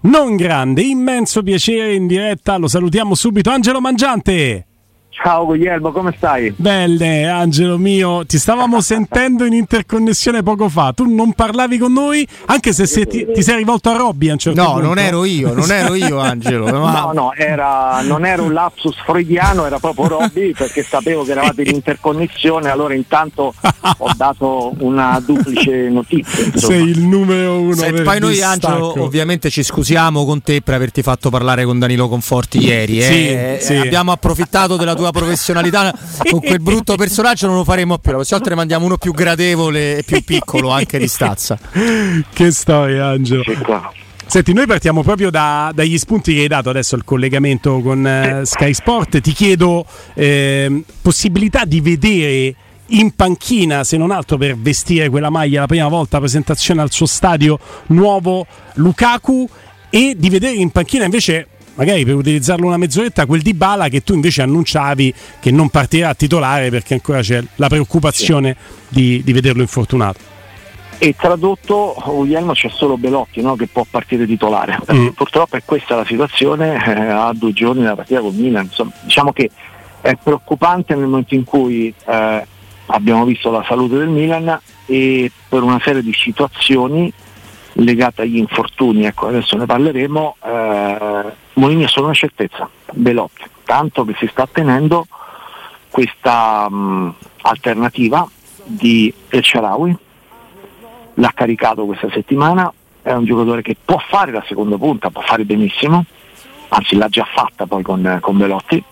non grande, immenso piacere in diretta, lo salutiamo subito, Angelo Mangiante. Ciao Guglielmo, come stai? Bene, Angelo mio, ti stavamo sentendo in interconnessione poco fa. Tu non parlavi con noi, anche se ti sei rivolto a Robby a un certo punto. No, non ero io, Angelo. Ma... No, non era un lapsus freudiano, era proprio Robby, perché sapevo che eravate in interconnessione, allora intanto ho dato una duplice notizia. Insomma. Sei il numero uno. Poi noi, Angelo, ovviamente ci scusiamo con te per averti fatto parlare con Danilo Conforti ieri. Sì. Abbiamo approfittato della tua professionalità con quel brutto personaggio, non lo faremo più. La prossima volta ne mandiamo uno più gradevole e più piccolo anche di stazza. Che storia, Angelo. Senti, noi partiamo proprio dagli spunti che hai dato adesso al collegamento con Sky Sport. Ti chiedo possibilità di vedere in panchina, se non altro per vestire quella maglia la prima volta, presentazione al suo stadio nuovo Lukaku, e di vedere in panchina invece, magari per utilizzarlo una mezz'oretta, quel Dybala che tu invece annunciavi che non partirà a titolare perché ancora c'è la preoccupazione di vederlo infortunato. E tradotto, Guglielmo, c'è solo Belotti, no, che può partire titolare, perché purtroppo è questa la situazione, a 2 giorni dalla partita con Milan. Insomma, diciamo che è preoccupante nel momento in cui abbiamo visto la salute del Milan e per una serie di situazioni legate agli infortuni, ecco, adesso ne parleremo. Mourinho è solo una certezza, Belotti, tanto che si sta tenendo questa alternativa di El Shaarawy, l'ha caricato questa settimana, è un giocatore che può fare la seconda punta, può fare benissimo, anzi l'ha già fatta poi con Belotti,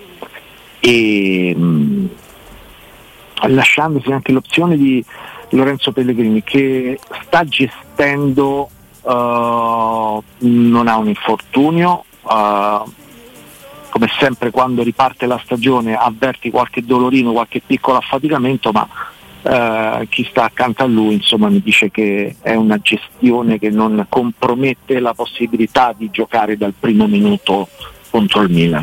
e lasciandosi anche l'opzione di Lorenzo Pellegrini, che sta gestendo, non ha un infortunio, come sempre quando riparte la stagione avverti qualche dolorino, qualche piccolo affaticamento, ma chi sta accanto a lui insomma mi dice che è una gestione che non compromette la possibilità di giocare dal primo minuto contro il Milan.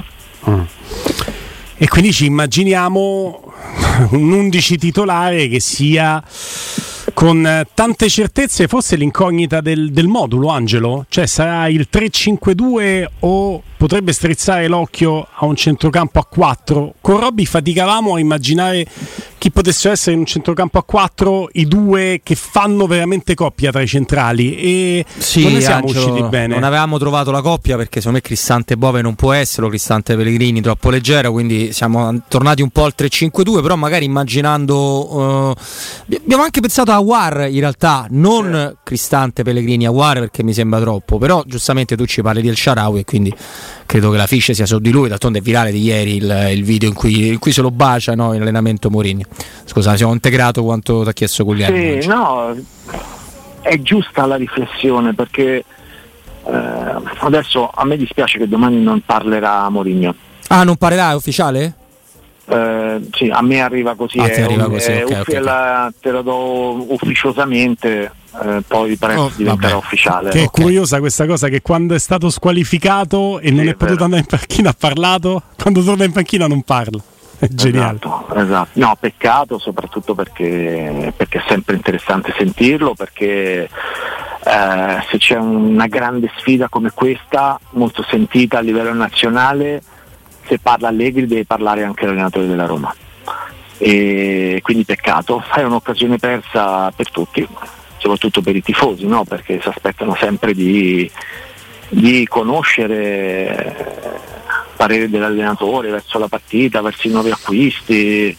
E quindi ci immaginiamo un 11 titolare che sia con tante certezze, forse l'incognita del modulo, Angelo? Cioè sarà il 3-5-2 o potrebbe strizzare l'occhio a un centrocampo a 4? Con Robby faticavamo a immaginare chi potessero essere in un centrocampo a 4 i due che fanno veramente coppia tra i centrali, e sì, non ne siamo Angelo, usciti bene. Non avevamo trovato la coppia perché secondo me Cristante Bove non può essere, Cristante Pellegrini troppo leggero, quindi siamo tornati un po' al 3-5-2, però magari immaginando abbiamo anche pensato a Aouar, in realtà non Cristante Pellegrini, Aouar, perché mi sembra troppo, però giustamente tu ci parli di El Shaarawy e quindi credo che la fiche sia su di lui. D'altronde è virale di ieri il video in cui se lo bacia, no, in allenamento Mourinho. Scusa, siamo integrato quanto ti ha chiesto Guglielmo. Sì, no, è giusta la riflessione, perché adesso a me dispiace che domani non parlerà Mourinho. Ah, non parlerà, è ufficiale? Sì, a me arriva così, okay. Te lo do ufficiosamente, poi presto diventerà ufficiale. Che è curiosa questa cosa, che quando è stato squalificato e non è potuto andare in panchina ha parlato, quando torna in panchina non parla. È geniale. Esatto. No, peccato, soprattutto perché è sempre interessante sentirlo, perché se c'è una grande sfida come questa, molto sentita a livello nazionale, se parla Allegri deve parlare anche l'allenatore della Roma, e quindi peccato, è un'occasione persa per tutti, soprattutto per i tifosi, no? Perché si aspettano sempre di conoscere parere dell'allenatore verso la partita, verso i nuovi acquisti,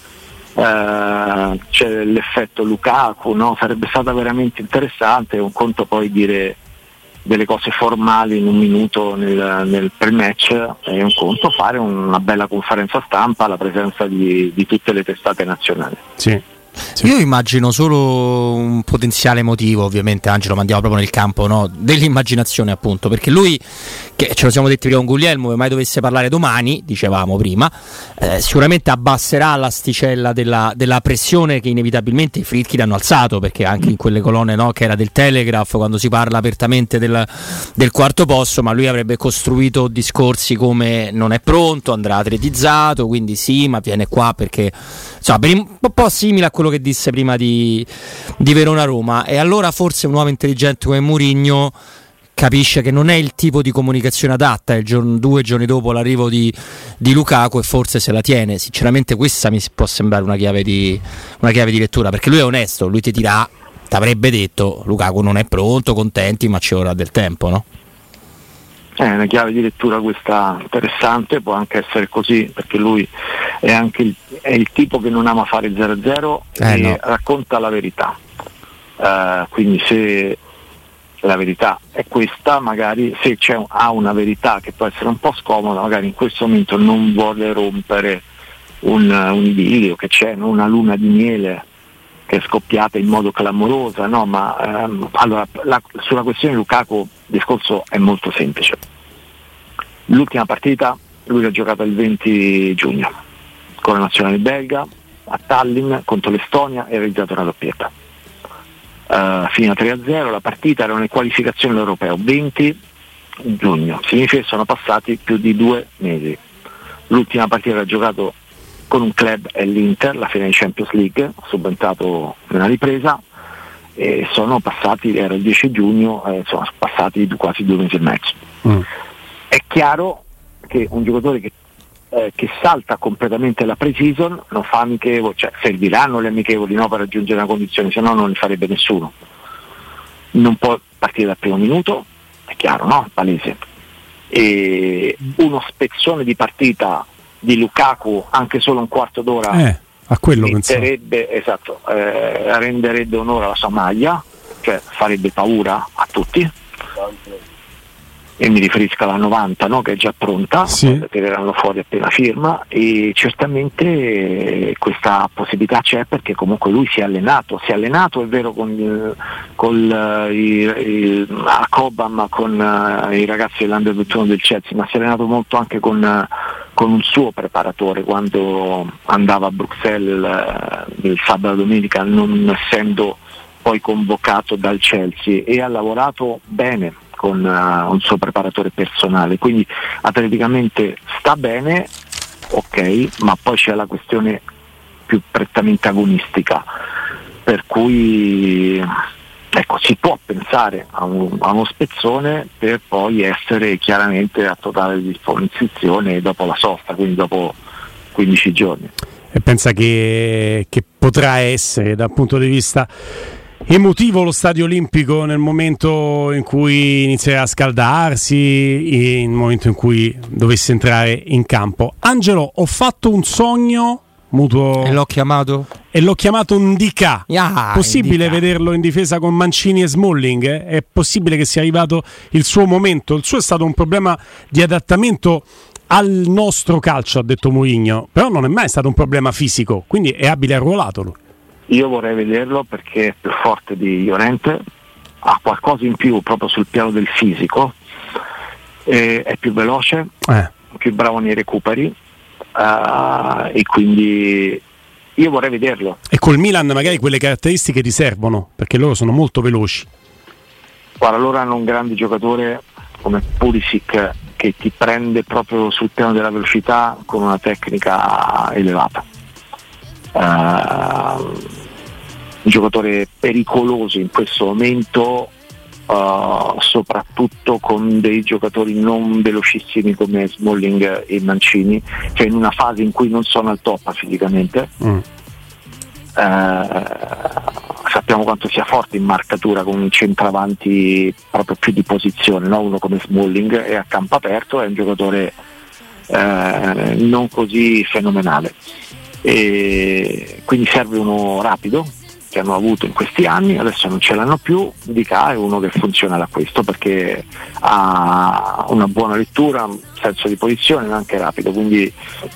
c'è l'effetto Lukaku, no? Sarebbe stata veramente interessante. Un conto poi dire delle cose formali in un minuto nel pre-match, e un conto fare una bella conferenza stampa alla presenza di tutte le testate nazionali. Sì. Io immagino solo un potenziale motivo, ovviamente Angelo, ma andiamo proprio nel campo, no, dell'immaginazione, appunto, perché lui, che ce lo siamo detti prima con Guglielmo, che mai dovesse parlare domani, dicevamo prima, sicuramente abbasserà l'asticella della pressione che inevitabilmente i Friedkin hanno alzato, perché anche in quelle colonne, no, che era del Telegraph, quando si parla apertamente del quarto posto, ma lui avrebbe costruito discorsi come non è pronto, andrà atletizzato, quindi sì, ma viene qua perché, insomma, un po' simile a quello che disse prima di Verona-Roma. E allora forse un uomo intelligente come Mourinho capisce che non è il tipo di comunicazione adatta 2 giorni dopo l'arrivo di Lukaku, e forse se la tiene. Sinceramente questa mi può sembrare una chiave di lettura, perché lui è onesto, lui ti avrebbe detto Lukaku non è pronto, contenti, ma ci vorrà del tempo, no? È una chiave di lettura questa interessante, può anche essere così, perché lui è anche il tipo che non ama fare 0-0 e no, racconta la verità. Quindi se la verità è questa, magari se ha una verità che può essere un po' scomoda, magari in questo momento non vuole rompere un idillio che c'è, una luna di miele che è scoppiata in modo clamorosa, no? Ma allora sulla questione Lukaku il discorso è molto semplice. L'ultima partita lui l'ha giocata il 20 giugno con la nazionale belga a Tallinn contro l'Estonia e ha realizzato una doppietta. Fino a 3-0 la partita, era una qualificazione all'Europeo 20 giugno, significa che sono passati più di 2 mesi. L'ultima partita l'ha giocato con un club è l'Inter, la finale di Champions League, subentrato nella ripresa, e sono passati, era il 10 giugno, sono passati quasi 2 mesi e mezzo. È chiaro che un giocatore che salta completamente la pre-season non fa amichevoli, cioè serviranno le amichevoli, no, per raggiungere una condizione, se no non le farebbe nessuno. Non può partire dal primo minuto, è chiaro, no? Palese. E uno spezzone di partita di Lukaku, anche solo un quarto d'ora, a quello renderebbe onore alla sua maglia, cioè farebbe paura a tutti. E mi riferisco alla 90, no, che è già pronta, tireranno fuori appena firma, e certamente questa possibilità c'è, perché comunque lui si è allenato, è vero a Cobham con i ragazzi dell'Under 21 del Chelsea, ma si è allenato molto anche con un suo preparatore quando andava a Bruxelles il sabato e domenica, non essendo poi convocato dal Chelsea, e ha lavorato bene con un suo preparatore personale, quindi atleticamente sta bene, ok, ma poi c'è la questione più prettamente agonistica, per cui ecco, si può pensare a uno spezzone per poi essere chiaramente a totale disposizione dopo la sosta, quindi dopo 15 giorni. E pensa che potrà essere, dal punto di vista emotivo, lo stadio olimpico nel momento in cui inizierà a scaldarsi, nel momento in cui dovesse entrare in campo. Angelo, ho fatto un sogno mutuo e l'ho chiamato un DK. Possibile vederlo in difesa con Mancini e Smalling? È possibile che sia arrivato il suo momento? Il suo è stato un problema di adattamento al nostro calcio, ha detto Mourinho, però non è mai stato un problema fisico, quindi è abile arruolato lui. Io vorrei vederlo perché è più forte di Llorente, ha qualcosa in più proprio sul piano del fisico, è più veloce, più bravo nei recuperi, e quindi io vorrei vederlo. E col Milan magari quelle caratteristiche ti servono, perché loro sono molto veloci. Guarda, loro hanno un grande giocatore come Pulisic che ti prende proprio sul piano della velocità con una tecnica elevata. Un giocatore pericoloso in questo momento, soprattutto con dei giocatori non velocissimi come Smalling e Mancini, cioè in una fase in cui non sono al top fisicamente. Sappiamo quanto sia forte in marcatura con un centravanti proprio più di posizione, no? Uno come Smalling è a campo aperto, è un giocatore non così fenomenale. E quindi serve uno rapido, che hanno avuto in questi anni, adesso non ce l'hanno più. DK è uno che funziona da questo, perché ha una buona lettura, un senso di posizione, ma anche rapido, quindi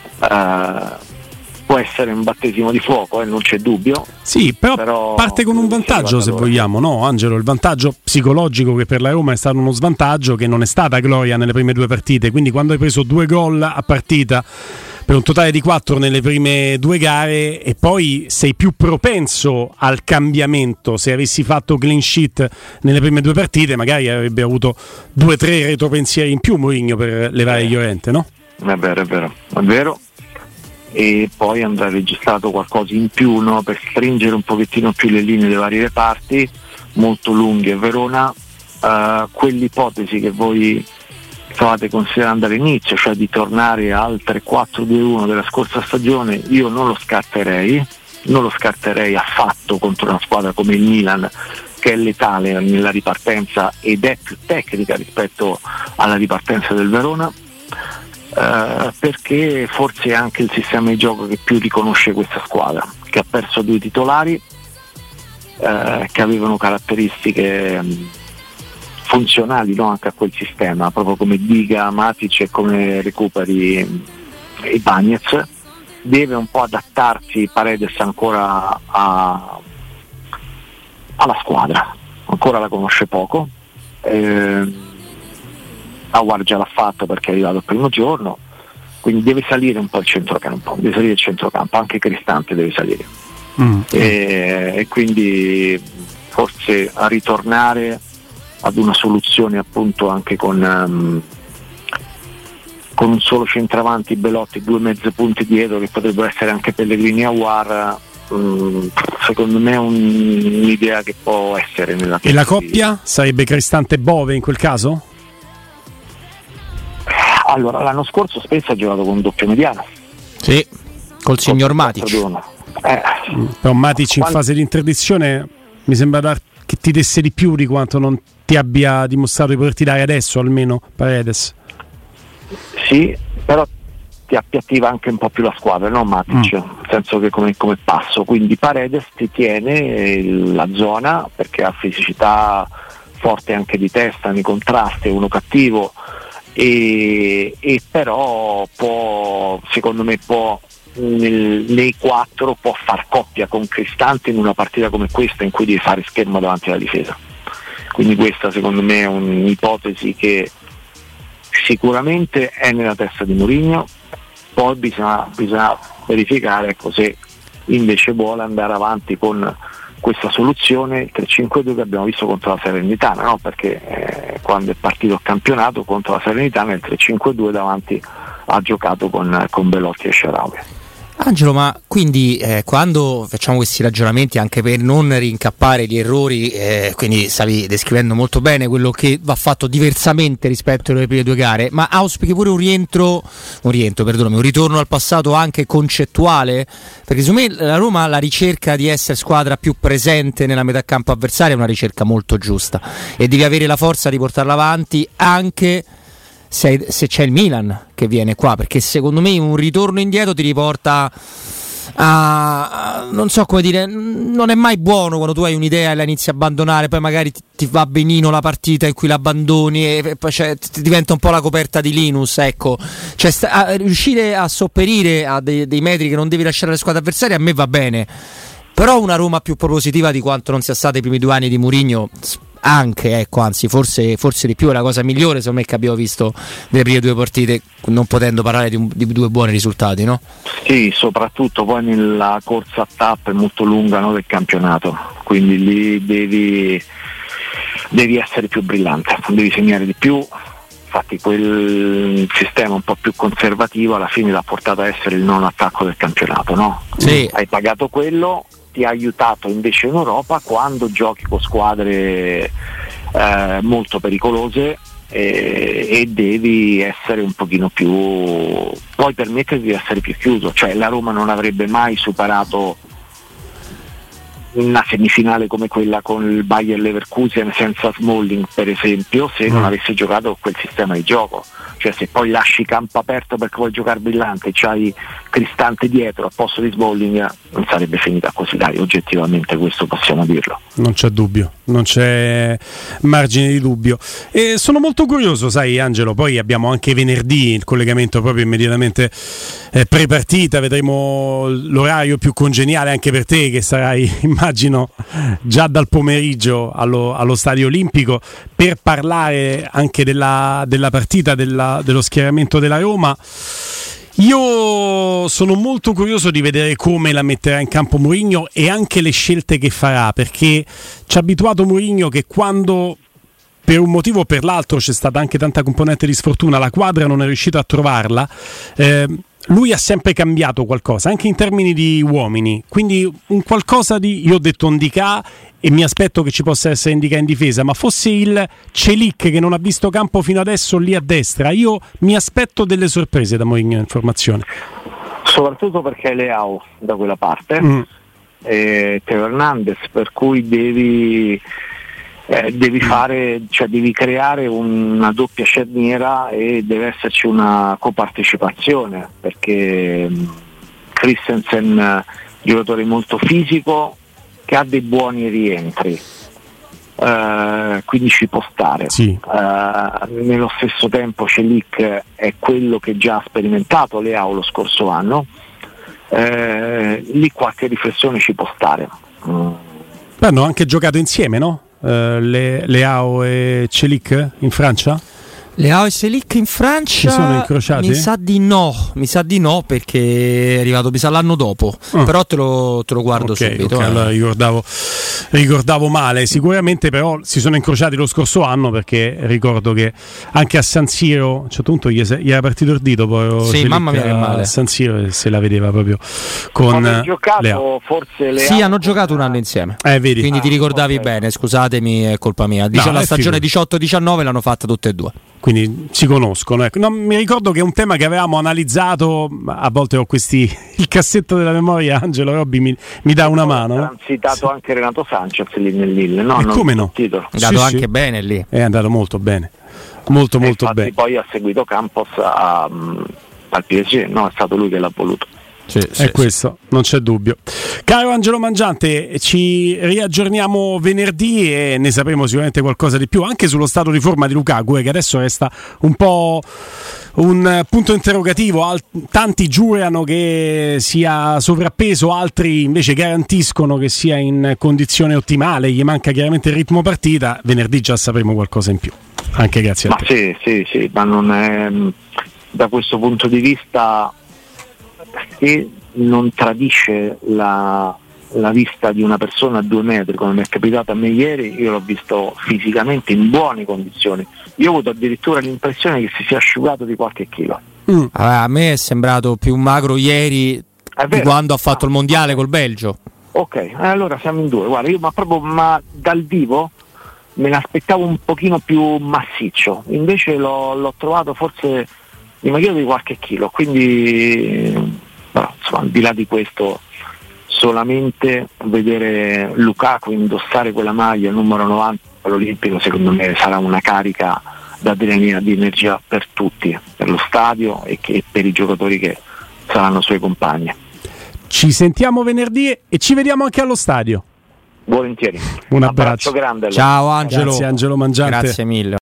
può essere un battesimo di fuoco, non c'è dubbio. Sì, però parte con un vantaggio, se vogliamo, no Angelo? Il vantaggio psicologico, che per la Roma è stato uno svantaggio, che non è stata gloria nelle prime 2 partite, quindi quando hai preso 2 gol a partita per un totale di 4 nelle prime 2 gare, e poi sei più propenso al cambiamento. Se avessi fatto clean sheet nelle prime 2 partite magari avrebbe avuto 2-3 retropensieri in più Mourinho per levare Llorente, no? È vero, e poi andrà registrato qualcosa in più, no? Per stringere un pochettino più le linee dei vari reparti molto lunghi a Verona, quell'ipotesi che voi stavate considerando all'inizio, cioè di tornare al 3-4-2-1 della scorsa stagione, io non lo scarterei affatto contro una squadra come il Milan, che è letale nella ripartenza ed è più tecnica rispetto alla ripartenza del Verona, perché forse è anche il sistema di gioco che più riconosce questa squadra, che ha perso 2 titolari che avevano caratteristiche funzionali, no, anche a quel sistema, proprio come Diga, Matic e come recuperi i Bagnez. Deve un po' adattarsi Paredes ancora alla squadra, ancora la conosce poco. Aouar già l'ha fatto perché è arrivato il primo giorno, quindi deve salire un po' il centrocampo, anche Cristante deve salire. E quindi forse a ritornare ad una soluzione appunto anche con un solo centravanti, Belotti, 2 mezze punti dietro, che potrebbero essere anche Pellegrini e Aouar, secondo me è un'idea che può essere nella. E la coppia sarebbe Cristante Bove in quel caso? Allora, l'anno scorso spesso ha giocato con un doppio mediano. Sì, col signor Matic. Però Matic in fase di interdizione mi sembra che ti desse di più di quanto non ti abbia dimostrato di poterti dare adesso, almeno Paredes. Sì, però ti appiattiva anche un po' più la squadra, no Matic? Nel senso che come passo, quindi Paredes ti tiene la zona perché ha fisicità forte anche di testa nei contrasti, è uno cattivo e però secondo me nei 4 può far coppia con Cristante in una partita come questa in cui devi fare schermo davanti alla difesa. Quindi questa secondo me è un'ipotesi che sicuramente è nella testa di Mourinho, poi bisogna verificare se invece vuole andare avanti con questa soluzione, il 3-5-2 che abbiamo visto contro la Salernitana, no? Perché quando è partito il campionato contro la Salernitana il 3-5-2 davanti ha giocato con Belotti e Shaarawy. Angelo, ma quindi quando facciamo questi ragionamenti, anche per non rincappare gli errori, quindi stavi descrivendo molto bene quello che va fatto diversamente rispetto alle prime 2 gare, ma auspichi pure un ritorno al passato anche concettuale? Perché secondo me la Roma, la ricerca di essere squadra più presente nella metà campo avversaria è una ricerca molto giusta e devi avere la forza di portarla avanti anche se c'è il Milan che viene qua, perché secondo me un ritorno indietro ti riporta a non so come dire, non è mai buono quando tu hai un'idea e la inizi a abbandonare, poi magari ti va benino la partita in cui l'abbandoni e poi ti diventa un po' la coperta di Linus, ecco, cioè riuscire a sopperire a dei metri che non devi lasciare alle squadre avversarie a me va bene, però una Roma più propositiva di quanto non sia stata i primi 2 anni di Mourinho anche, anzi forse di più, è la cosa migliore secondo me che abbiamo visto nelle prime 2 partite, non potendo parlare di 2 buoni risultati, no? Sì, soprattutto poi nella corsa a tappe molto lunga, no, del campionato, quindi lì devi essere più brillante, devi segnare di più. Infatti quel sistema un po' più conservativo alla fine l'ha portato a essere il non attacco del campionato, no? Sì. Hai pagato quello, ti ha aiutato invece in Europa quando giochi con squadre molto pericolose e devi essere un pochino più, puoi permetterti di essere più chiuso, cioè la Roma non avrebbe mai superato una semifinale come quella con il Bayer Leverkusen senza Smalling per esempio, se non avesse giocato quel sistema di gioco, cioè se poi lasci campo aperto perché vuoi giocare brillante e c'hai Cristante dietro a posto di Smalling, non sarebbe finita così, dai, oggettivamente questo possiamo dirlo. Non c'è dubbio, non c'è margine di dubbio. E sono molto curioso, sai Angelo, poi abbiamo anche venerdì il collegamento proprio immediatamente pre-partita, vedremo l'orario più congeniale anche per te che sarai immagino già dal pomeriggio allo Stadio Olimpico per parlare anche della partita, dello schieramento della Roma. Io sono molto curioso di vedere come la metterà in campo Mourinho e anche le scelte che farà, perché ci ha abituato Mourinho che quando per un motivo o per l'altro c'è stata anche tanta componente di sfortuna, la quadra non è riuscita a trovarla, lui ha sempre cambiato qualcosa, anche in termini di uomini, quindi un qualcosa di, io ho detto Ndicà e mi aspetto che ci possa essere Ndicà in difesa, ma fosse il Celik che non ha visto campo fino adesso lì a destra, io mi aspetto delle sorprese da Mourinho in formazione. Soprattutto perché è Leao da quella parte, Teo Hernandez, per cui devi fare, cioè devi creare una doppia cerniera e deve esserci una copartecipazione, perché Christensen giocatore molto fisico che ha dei buoni rientri, quindi ci può stare. Sì. Nello stesso tempo Celik è quello che già ha sperimentato Leao lo scorso anno, lì qualche riflessione ci può stare. Hanno anche giocato insieme, no? Leao e Celik in Francia? Leao e Celik in Francia si sono incrociati? Mi sa di no perché è arrivato l'anno dopo, però te lo guardo subito. Okay, allora ricordavo male, sicuramente però si sono incrociati lo scorso anno, perché ricordo che anche a San Siro a un certo punto gli era partito il dito, poi sì, mamma mia che male. A San Siro se la vedeva proprio con giocato forse Leao. Sì, hanno giocato un anno insieme, vedi. Quindi ti ricordavi bene, scusatemi, è colpa mia. La stagione 18-19 l'hanno fatta tutte e due, quindi si conoscono, ecco. No, mi ricordo che è un tema che avevamo analizzato, a volte ho il cassetto della memoria, Angelo Robbi mi dà una mano. Ha citato anche Renato Sanchez lì nell'Ille, no? Come no? È andato anche bene lì. È andato molto bene, molto bene. Poi ha seguito Campos al PSG, no? È stato lui che l'ha voluto. È questo, non c'è dubbio. Caro Angelo Mangiante, ci riaggiorniamo venerdì e ne sapremo sicuramente qualcosa di più anche sullo stato di forma di Lukaku, che adesso resta un po' un punto interrogativo. Tanti giurano che sia sovrappeso, altri invece garantiscono che sia in condizione ottimale, gli manca chiaramente il ritmo partita. Venerdì già sapremo qualcosa in più, anche grazie a te. Sì, ma non è, da questo punto di vista, se non tradisce la vista di una persona a 2 metri, come mi è capitato a me ieri, io l'ho visto fisicamente in buone condizioni. Io ho avuto addirittura l'impressione che si sia asciugato di qualche chilo. A me è sembrato più magro ieri di quando ha fatto il mondiale col Belgio. Ok, allora siamo in 2. Guarda, io ma dal vivo me l'aspettavo un pochino più massiccio, invece l'ho trovato forse dimagriato di qualche chilo, quindi insomma, al di là di questo, solamente vedere Lukaku indossare quella maglia numero 90 all'Olimpico, secondo me sarà una carica d'adrenalina, di energia per tutti, per lo stadio e per i giocatori che saranno suoi compagni. Ci sentiamo venerdì e ci vediamo anche allo stadio. Volentieri. Un abbraccio grande. Ciao Angelo. Grazie Angelo Mangiante. Grazie mille.